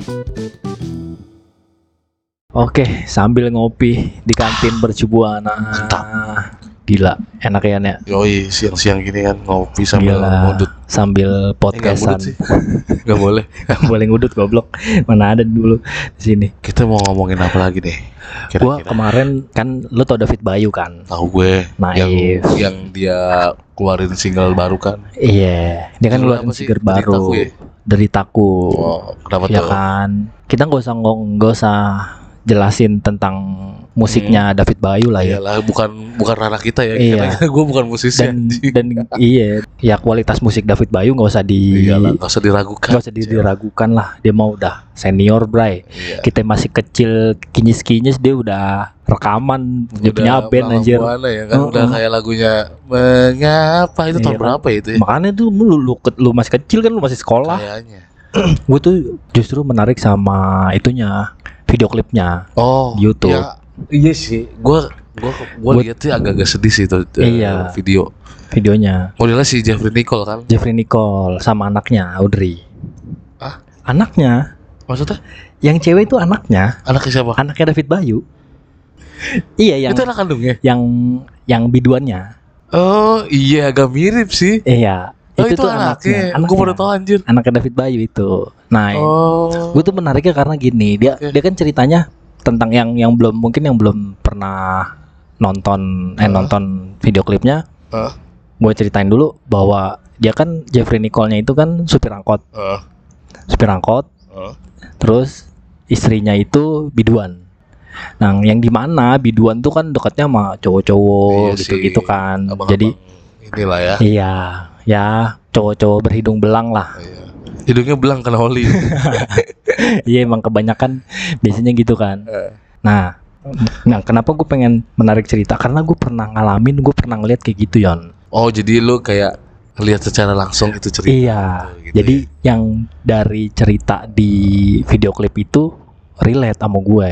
Oke, sambil ngopi di kantin Mercubuana. Gila, enak ya Nek? Yoi, siang-siang gini kan ngopi sambil Gila, ngudut. sambil Nggak podcastan. ngudut sih. Nggak boleh. Boleh ngudut goblok. Mana ada dulu di sini. Kita mau ngomongin apa lagi nih? Gua Kira-kira. kemarin kan lu tau David Bayu kan? Tahu gue Naif. yang dia keluarin single baru kan. Iya, dia kan Judulnya ngeluarin apa sih? single baru. Deritaku ya? Deritaku. Oh, kenapa Ya tuh? kan. Kita nggak usah jelasin tentang musiknya David Bayu lah ya. Iyalah, bukan ranah kita ya. Iya. Karena gue bukan musisi. Dan iya, ya kualitas musik David Bayu nggak usah Iyalah, nggak usah diragukan. nggak usah diragukan lah. Dia mau udah senior, bray. Iya. Kita masih kecil, kinyis-kinyis dia udah rekaman, dia punya Udah band anjir. Buana ya kan, udah kayak lagunya Mengapa itu tahun Iya, berapa ya itu ya? Makanya tuh lu masih kecil kan, lu masih sekolah. Kayaknya. Gue tuh justru menarik sama itunya, video klipnya Oh, di YouTube. ya, iya sih. Gua lihat sih agak-agak sedih sih itu Iya. video. Videonya Modelnya si Jeffrey Nicole kan? Jeffrey Nicole sama anaknya Audrey. Ah? Anaknya, Maksudnya yang cewek itu anaknya anaknya siapa? David Bayu. Iya, Itu anak kandungnya. yang biduannya. Oh, iya agak mirip sih. Iya, Oh, itu tuh anaknya. anaknya. Gue baru tahu anjir. Anaknya David Bayu itu. Nah, Oh. gue tuh menariknya karena gini, dia kan ceritanya tentang yang belum pernah nonton video klipnya. Hah? Gue ceritain dulu bahwa dia kan Jeffrey Nicole-nya itu kan supir angkot. Terus istrinya itu biduan. Nah, yang di mana biduan tuh kan dekatnya sama cowok-cowok Iya gitu-gitu sih. kan. Abang-abang Jadi inilah ya. iya, ya cowok-cowok berhidung belang lah. Iya. Hidungnya belang kena oli. Iya, emang kebanyakan biasanya gitu kan. Eh. Nah, kenapa gue pengen menarik cerita? Karena gue pernah ngalamin, gue pernah ngeliat kayak gitu, Yon. Oh, jadi lu kayak lihat secara langsung itu cerita. Iya. gitu Jadi ya. yang dari cerita di video klip itu relate sama gue,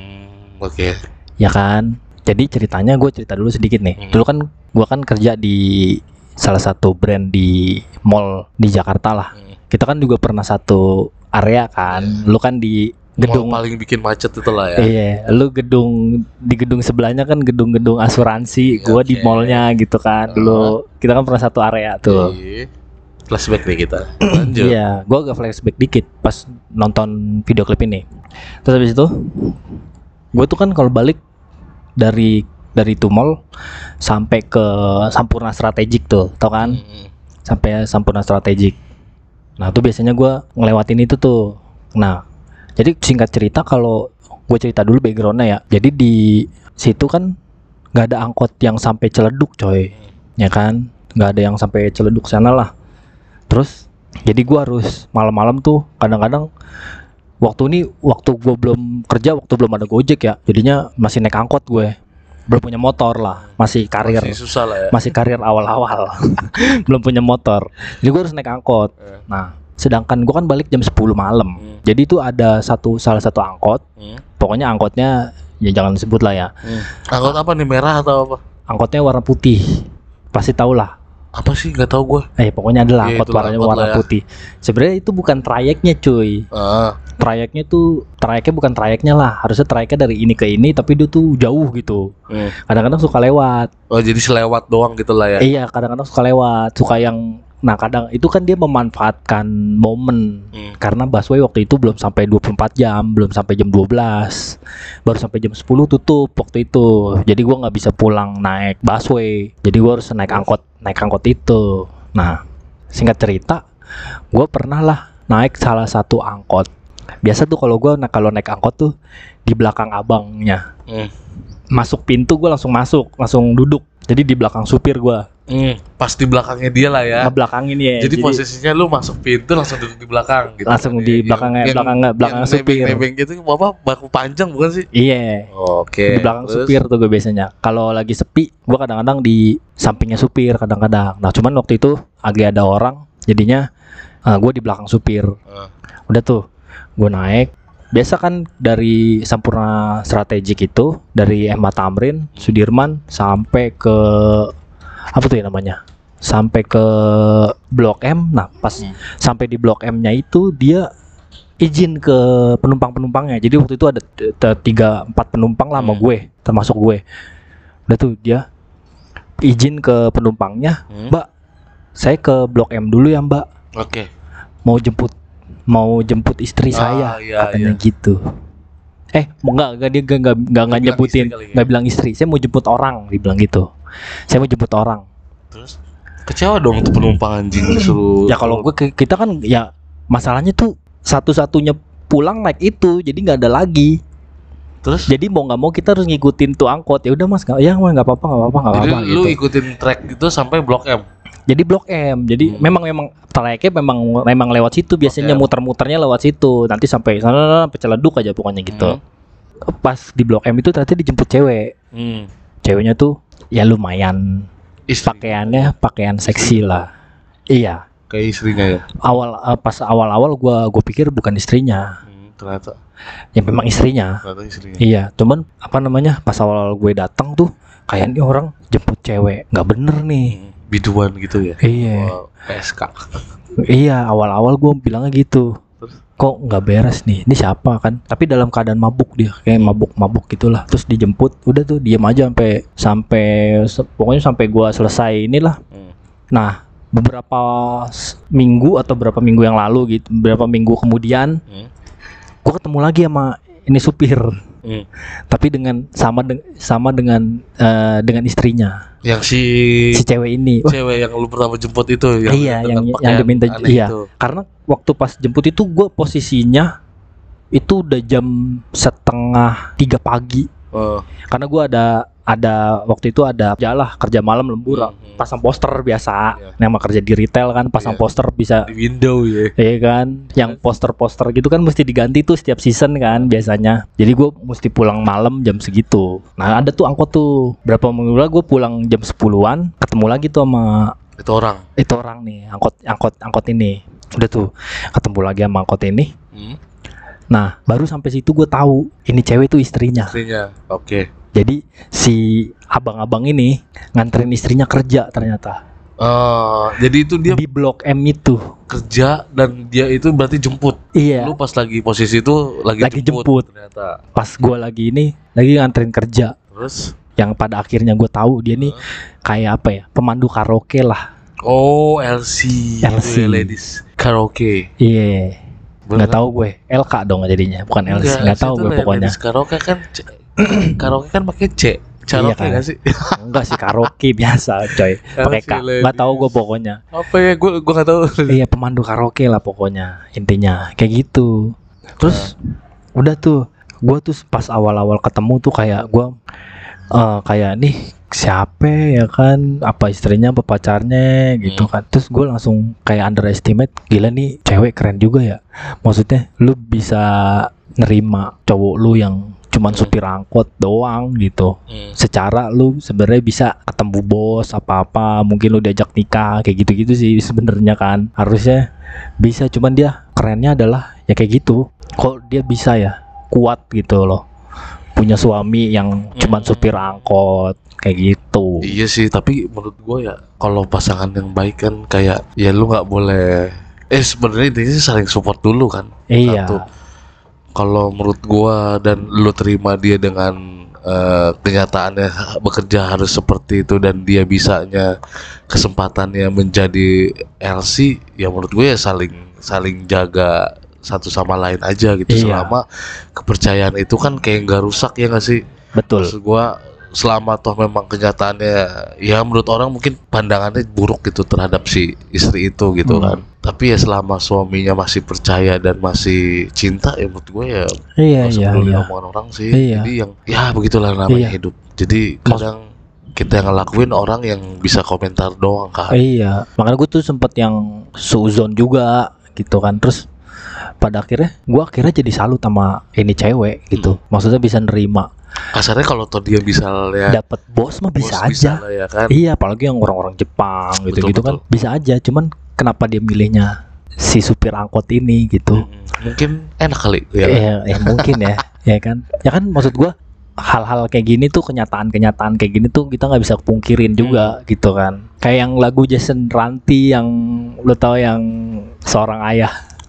Oke. ya kan? Jadi ceritanya gue cerita dulu sedikit nih. Dulu kan gue kan kerja di salah satu brand di mall di Jakarta lah. Kita kan juga pernah satu area kan. Lu kan di gedung Mall paling bikin macet itu lah ya. Iya, lu di gedung sebelahnya kan gedung-gedung asuransi, gua di Oke. mallnya gitu kan. Dulu kita kan pernah satu area tuh. Iya. Flashback nih kita. Lanjut. Iya, gua agak flashback dikit pas nonton video klip ini. Terus habis itu, gua tuh kan kalau balik dari itu mall sampai ke Sampurna Strategik tuh, tau kan? Sampai Sampurna Strategik. Nah, tuh biasanya gua ngelewatin itu tuh. Nah, jadi singkat cerita, kalau gue cerita dulu backgroundnya ya. Jadi di situ kan nggak ada angkot yang sampai Ciledug, coy, ya kan? Nggak ada yang sampai Ciledug sana lah. Terus jadi gue harus malam-malam tuh kadang-kadang waktu gue belum kerja, waktu belum ada Gojek ya. Jadinya masih naik angkot gue. Belum punya motor lah, masih karir. Masih susah lah ya. Masih karir awal-awal. Belum punya motor. Jadi gue harus naik angkot. Nah, sedangkan gue kan balik jam 10 malam. Jadi itu ada salah satu angkot. Pokoknya angkotnya ya jangan sebut lah ya. Angkot apa nih, merah atau apa? Angkotnya warna putih. Pasti tau lah. Apa sih, nggak tahu gue. Pokoknya adalah Iya, angkot itulah warnanya angkot warna lah ya. putih. Sebenarnya itu bukan trayeknya, cuy. Trayeknya bukan trayeknya lah. Harusnya trayeknya dari ini ke ini, tapi dia tuh jauh gitu. Kadang-kadang suka lewat. Oh, jadi selewat doang gitu lah ya. Iya, kadang-kadang suka lewat. Kadang itu kan dia memanfaatkan momen. Karena busway waktu itu belum sampai 24 jam, belum sampai jam 12. Baru sampai jam 10 tutup waktu itu. Jadi gua nggak bisa pulang naik busway. Jadi gua harus naik angkot itu. Nah, singkat cerita, gua pernah lah naik salah satu angkot. Biasa tuh kalau naik angkot tuh di belakang abangnya. Masuk pintu gua langsung duduk. Jadi di belakang supir gua. Pas di belakangnya dia lah ya. Ngebelakangin ya. Jadi posisinya lu masuk pintu langsung duduk di belakang gitu. Langsung di belakang supir. Nebeng gitu apa baku panjang bukan sih? Iya. Oke. Di belakang supir tuh gue biasanya. Kalau lagi sepi, gue kadang-kadang di sampingnya supir kadang-kadang. Nah, cuman waktu itu lagi ada orang, jadinya gue di belakang supir. Udah tuh, gue naik. Biasa kan dari Sampurna Strategik itu, dari MH Tamrin, Sudirman sampai ke apa tuh ya namanya? Sampai ke Blok M. Nah, pas sampai di Blok M-nya itu dia izin ke penumpang-penumpangnya. Jadi waktu itu ada 3-4 penumpang lah sama gue, termasuk gue. Udah tuh dia izin ke penumpangnya, Mbak, saya ke Blok M dulu ya Mbak. Oke. Mau jemput istri saya, katanya gitu. Mau enggak dia enggak nyebutin, enggak bilang istri. Saya mau jemput orang, dibilang gitu. Saya mau jemput orang. Terus kecewa dong tuh penumpang anjing disuruh. Ya kalau gue kita kan ya masalahnya tuh satu-satunya pulang naik itu, jadi nggak ada lagi. Terus? Jadi mau nggak mau kita harus ngikutin tuh angkot. Ya udah mas, nggak apa-apa. Jadi lu gitu. ikutin trek itu sampai Blok M. Jadi Blok M. Jadi memang tracknya memang lewat situ biasanya, muter-muternya lewat situ. Nanti sampai sana Ciledug aja pokoknya gitu. Pas di Blok M itu ternyata dijemput cewek. Ceweknya tuh ya lumayan. Pakaiannya pakaian seksi lah. Iya. Kayak istrinya ya. Pas awal-awal gue pikir bukan istrinya. Ternyata. Ya memang istrinya. Ternyata istrinya. Iya, cuman pas awal gue datang tuh kayaknya orang jemput cewek, nggak bener nih. Biduan gitu ya. Iya. PSK. Iya, awal-awal gue bilangnya gitu. Kok nggak beres nih? Ini siapa kan? Tapi dalam keadaan mabuk dia, kayak mabuk gitulah. Terus dijemput, udah tuh diam aja pokoknya sampai gue selesai inilah. Nah, beberapa minggu atau berapa minggu yang lalu gitu, beberapa minggu kemudian gue ketemu lagi sama ini supir, tapi sama dengan istrinya, yang si cewek ini. Cewek yang lu pertama jemput itu yang iya, yang diminta itu. Karena waktu pas jemput itu gue posisinya itu udah jam 2:30 pagi. Karena gue ada waktu itu ada kerja malam lembur, pasang poster biasa. Nama kerja di retail kan, pasang poster bisa di window ya. Iya kan, yang poster-poster gitu kan mesti diganti tuh setiap season kan biasanya. Jadi gue mesti pulang malam jam segitu. Nah ada tuh angkot tuh, berapa minggu lalu gue pulang jam 10-an, ketemu lagi tuh sama itu orang nih, angkot ini. Udah tuh ketemu lagi sama angkot ini. Nah baru sampai situ gue tahu ini cewek tuh istrinya. Oke. Jadi si abang-abang ini nganterin istrinya kerja ternyata. Jadi itu dia di Blok M itu kerja dan dia itu berarti jemput. Iya. Lu pas lagi posisi itu lagi jemput ternyata. Pas gue lagi nganterin kerja. Terus? Yang pada akhirnya gue tahu dia nih kayak apa ya? Pemandu karaoke lah. Oh, LC. Ladies Karaoke. Iya. Nggak tahu gue. LK dong jadinya, bukan LC. Nggak tahu gue pokoknya. Karaoke kan karaoke kan pakai C. Karaoke kan? Gak sih? Enggak sih, karaoke biasa coy. Pakai K. Nggak tahu gue pokoknya. Apa ya? Gue nggak tahu. Iya, pemandu karaoke lah pokoknya. Intinya kayak gitu. Terus udah tuh, gue tuh pas awal-awal ketemu tuh kayak gue kayak nih siapa ya kan, apa istrinya apa pacarnya gitu kan. Terus gue langsung kayak underestimate, gila nih cewek keren juga ya. Maksudnya lu bisa nerima cowok lu yang cuman supir angkot doang gitu. Secara lu sebenarnya bisa ketemu bos apa-apa, mungkin lu diajak nikah kayak gitu-gitu sih sebenarnya kan. Harusnya bisa, cuman dia kerennya adalah ya kayak gitu. Kok dia bisa ya kuat gitu loh, punya suami yang cuman supir angkot kayak gitu. Iya sih, tapi menurut gue ya kalau pasangan yang baik kan kayak ya lu nggak boleh sebenarnya intinya sih saling support dulu kan. Iya. Kalau menurut gua dan lu terima dia dengan kenyataannya bekerja harus seperti itu dan dia bisanya kesempatannya menjadi LC, ya menurut gue ya saling jaga satu sama lain aja gitu. Selama kepercayaan itu kan kayak nggak rusak, ya nggak sih? Betul. Maksud gua selama toh memang kenyataannya ya menurut orang mungkin pandangannya buruk gitu terhadap si istri itu gitu kan, tapi ya selama suaminya masih percaya dan masih cinta ya menurut gue ya omongan orang sih. Jadi yang ya begitulah namanya hidup. Jadi kadang kita yang ngelakuin orang yang bisa komentar doang kan. Iya, makanya gue tuh sempet yang suzon juga gitu kan. Terus pada akhirnya gue jadi salut sama ini cewek gitu. Maksudnya bisa nerima. Kasarnya kalau toh dia bisa ya dapat bos mah bisa aja. Lah, ya kan? Iya, apalagi yang orang-orang Jepang gitu-gitu kan bisa aja. Cuman kenapa dia milihnya si supir angkot ini gitu? Mungkin enak kali ya. Ya mungkin ya. Ya kan maksud gue hal-hal kayak gini tuh, kenyataan kayak gini tuh kita nggak bisa pungkirin juga gitu kan. Kayak yang lagu Jason Ranti yang lo tau yang seorang ayah.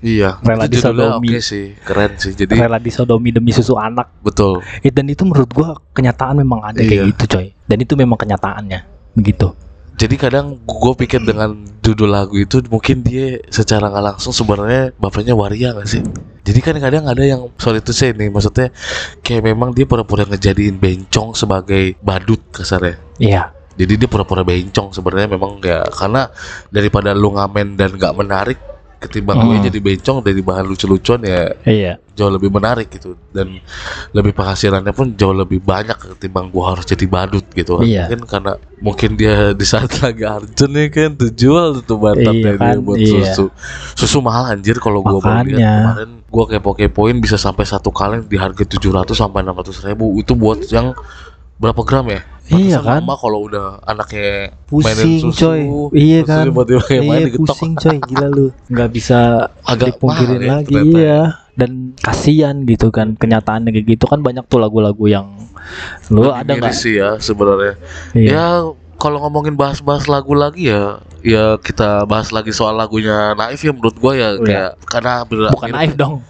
Iya. Rela Itu judulnya disodomi. oke sih, keren sih. Jadi Rela disodomi demi susu anak. betul. Dan itu menurut gua kenyataan memang ada Iya. kayak gitu coy. Dan itu memang kenyataannya begitu. Jadi kadang gue pikir dengan judul lagu itu mungkin dia secara nggak langsung sebenarnya bapaknya waria nggak sih? Jadi kan kadang ada yang sorry to say nih, maksudnya kayak memang dia pura-pura ngejadiin bencong sebagai badut kasarnya. Iya. Jadi dia pura-pura bencong sebenarnya memang ya karena daripada lu ngamen dan nggak menarik ketimbang gue jadi bencong dari bahan lucu-lucuan ya Iya. jauh lebih menarik gitu dan lebih penghasilannya pun jauh lebih banyak ketimbang gua harus jadi badut gitu kan. Iya. Mungkin dia di saat lagi arjen nih kan tuh jual tuh Iya batapnya kan, dia buat iya. susu mahal anjir kalau gua baru lihat Makanya. kemarin gua kepo-kepoin bisa sampai satu kaleng di harga 700 sampai 600 ribu itu buat yang berapa gram ya? Iya kan? Pantesan mama kalau udah anaknya Pusing mainin susu, coy. Iya terus kan. tiba-tiba kayak main Iya digetok. pusing coy, gila lu. Nggak bisa Agak dipungkirin mahal ya lagi. ternyata Iya. Dan kasihan gitu kan, kenyataannya kayak gitu kan banyak tuh lagu-lagu yang lu Lebih ada nggak? miris sih ya sebenarnya. Iya. Ya kalau ngomongin bahas-bahas lagu lagi ya kita bahas lagi soal lagunya Naif ya menurut gua ya Oh, kayak karena Bukan Naif dong.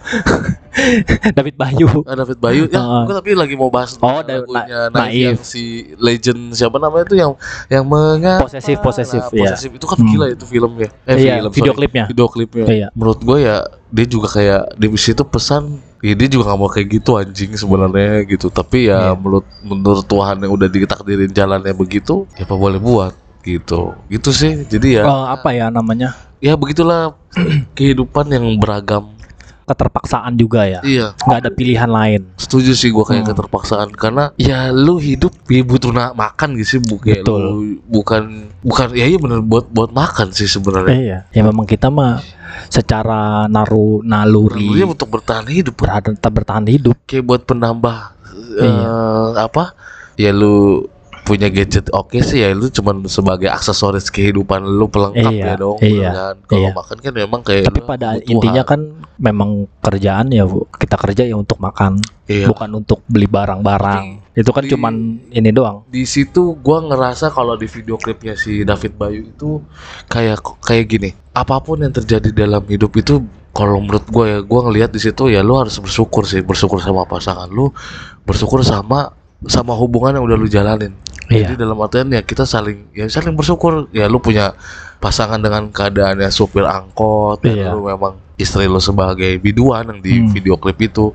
David Bayu. David Bayu ya Heeh. gua tapi lagi mau bahas Oh, lagunya Naif. Naif yang si legend siapa namanya itu yang mengapa Posesif, iya. Posesif itu kan gila itu filmnya Iya, video sorry. klipnya. Video klipnya Iya. menurut gua ya dia juga kayak di situ pesan ya dia juga nggak mau kayak gitu anjing sebenarnya gitu tapi ya Iya. menurut Tuhan yang udah ditakdirin jalannya begitu ya apa boleh buat gitu sih jadi ya Apa ya namanya? ya begitulah kehidupan yang beragam. Keterpaksaan juga ya. Iya, Nggak ada pilihan lain. setuju sih gua kayak keterpaksaan karena ya lu hidup ya butuh makan gitu sih kayak Betul. lu bukan ya iya bener buat makan sih sebenarnya. Iya. Ya memang kita mah secara naluri Dia untuk bertahan hidup kan. bertahan hidup. Kayak buat penambah Iya. apa ya lu punya gadget oke sih ya lu cuman sebagai aksesoris kehidupan lu pelengkap Iya, ya dong iya, bener kan kalau iya. makan kan memang kayak Tapi lu pada kebutuhan. intinya kan memang kerjaan ya Bu. Kita kerja ya untuk makan, Iya. bukan untuk beli barang-barang. Itu kan di- cuman ini doang. Di situ gua ngerasa kalau di video klipnya si David Bayu itu kayak gini apapun yang terjadi dalam hidup itu kalau menurut gua ngelihat di situ ya lu harus bersyukur sama pasangan lu bersyukur sama hubungan yang udah lu jalanin. Iya. Jadi dalam artian ya kita saling bersyukur ya lu punya pasangan dengan keadaannya supir angkot Iya. dan lu memang istri lu sebagai biduan yang di video klip itu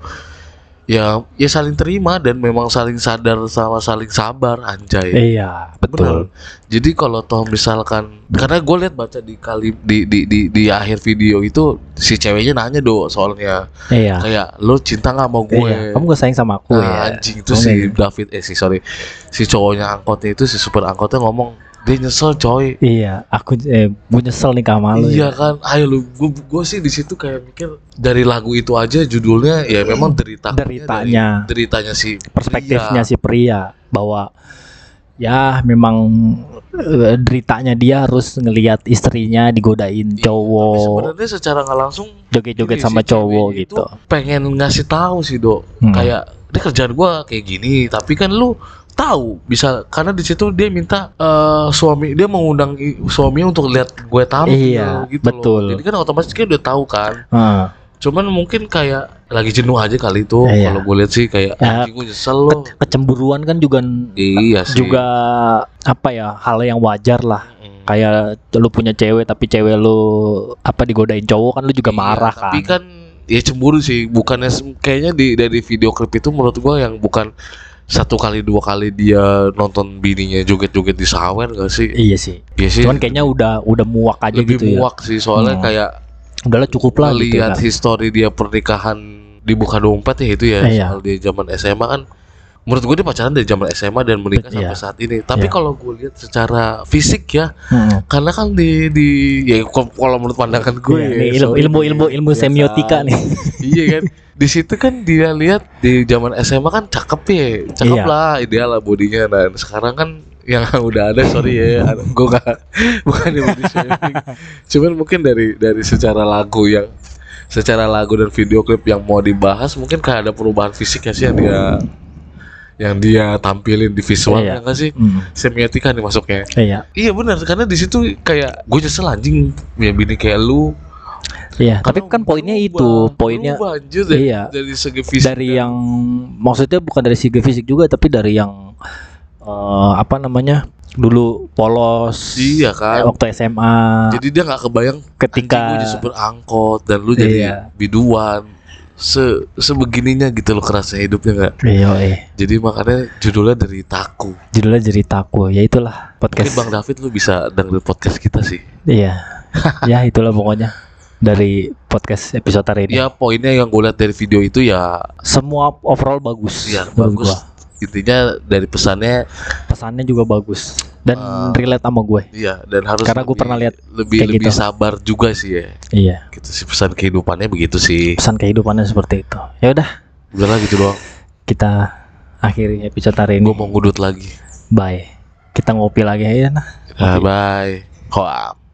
ya saling terima dan memang saling sadar sama saling sabar anjay. Iya, betul. Bener. Jadi kalau toh misalkan karena gue lihat baca di akhir video itu si ceweknya nanya soalnya Iya. kayak lu cinta nggak sama gue? Iya. Kamu gak sayang sama aku Nah, ya? anjing itu Kamu si kayak- David si cowoknya angkotnya itu si supir angkotnya ngomong dia nyesel coy. Iya, gue nyesel nih sama lu. Iya Ya. kan, ayo lu, gue sih di situ kayak mikir dari lagu itu aja judulnya ya memang deritanya si Perspektifnya pria. si pria bahwa ya memang deritanya dia harus ngelihat istrinya digodain Iya, tapi cowok, sebenarnya secara nggak langsung joget-joget ini sama si cowok cewek gitu. itu pengen ngasih tahu sih kayak ini kerjaan gua kayak gini tapi kan lu tahu bisa karena di situ dia minta dia mengundang suaminya untuk lihat gue tampil Iya, gitu betul. loh. Jadi kan otomatis dia udah tahu kan. Heeh. Cuman mungkin kayak lagi jenuh aja kali itu Iya. kalau gue lihat sih kayak Ya, anjing gue nyesel loh. Kecemburuan kan juga Iya sih. juga apa ya, hal yang wajar lah. Kayak lu punya cewek tapi cewek lu digodain cowok kan lu juga Iya, marah tapi kan. kan ya cemburu sih bukannya kayaknya dari video klip itu menurut gua yang bukan 1 kali 2 kali dia nonton bininya joget-joget di sawer gak sih? Iya sih. Iya sih. Cuman kayaknya udah muak aja lebih gitu ya. muak sih soalnya kayak Udahlah cukup lah gitu lihat kan. history dia pernikahan dibuka dompet ya itu ya Iya. soal dia zaman SMA kan menurut gue dia pacaran dari zaman SMA dan menikah Iya. sampai saat ini tapi Iya. kalau gue lihat secara fisik ya Heeh. karena kan di ya kalau menurut pandangan gue Iya, ya, nih, sorry ilmu biasa. semiotika nih. Iya kan di situ kan dia lihat di zaman SMA kan cakep Iya. lah ideal lah bodinya dan sekarang kan yang udah ada sorry ya gue gak bukan yang body shaming cuman mungkin dari secara lagu dan video klip yang mau dibahas mungkin kayak ada perubahan fisik ya sih yang dia tampilin di visual Iya. ya nggak sih semiotika nih masuknya Iya. iya benar karena di situ kayak gue nyesel anjing ya bini kayak lu Iya, tapi Karena kan poinnya itu, poinnya berubah, anjir, dari, iya. dari segi fisik Dari dan- yang maksudnya bukan dari segi fisik juga, tapi dari yang apa namanya, dulu polos. Iya kan. Waktu SMA. Jadi dia nggak kebayang Ketika- anjing, gue jadi supir angkot dan lu jadi Iya. biduan. Sebegininya gitu loh kerasnya hidupnya nggak. Iya, Jadi makanya judulnya dari Taku. judulnya jadi taku. Ya itulah Mungkin podcast. Bang David lu bisa dengerin podcast kita sih. Iya. Ya itulah pokoknya dari podcast episode hari ini. Ya poinnya yang gue lihat dari video itu ya, Semua overall bagus. ya menurut bagus. gua. Intinya dari pesannya, Pesannya juga bagus dan relate sama gue. iya, dan harus Karena gue lebih- pernah lihat lebih kayak lebih gitu. sabar juga sih ya. Iya. Gitu sih pesan kehidupannya begitu sih. Pesan kehidupannya seperti itu. Ya udah, Udah lah gitu doang. kita akhiri episode hari ini. Gue mau ngudut lagi. Bye. Kita ngopi lagi ya. Nah. Bye. Koap.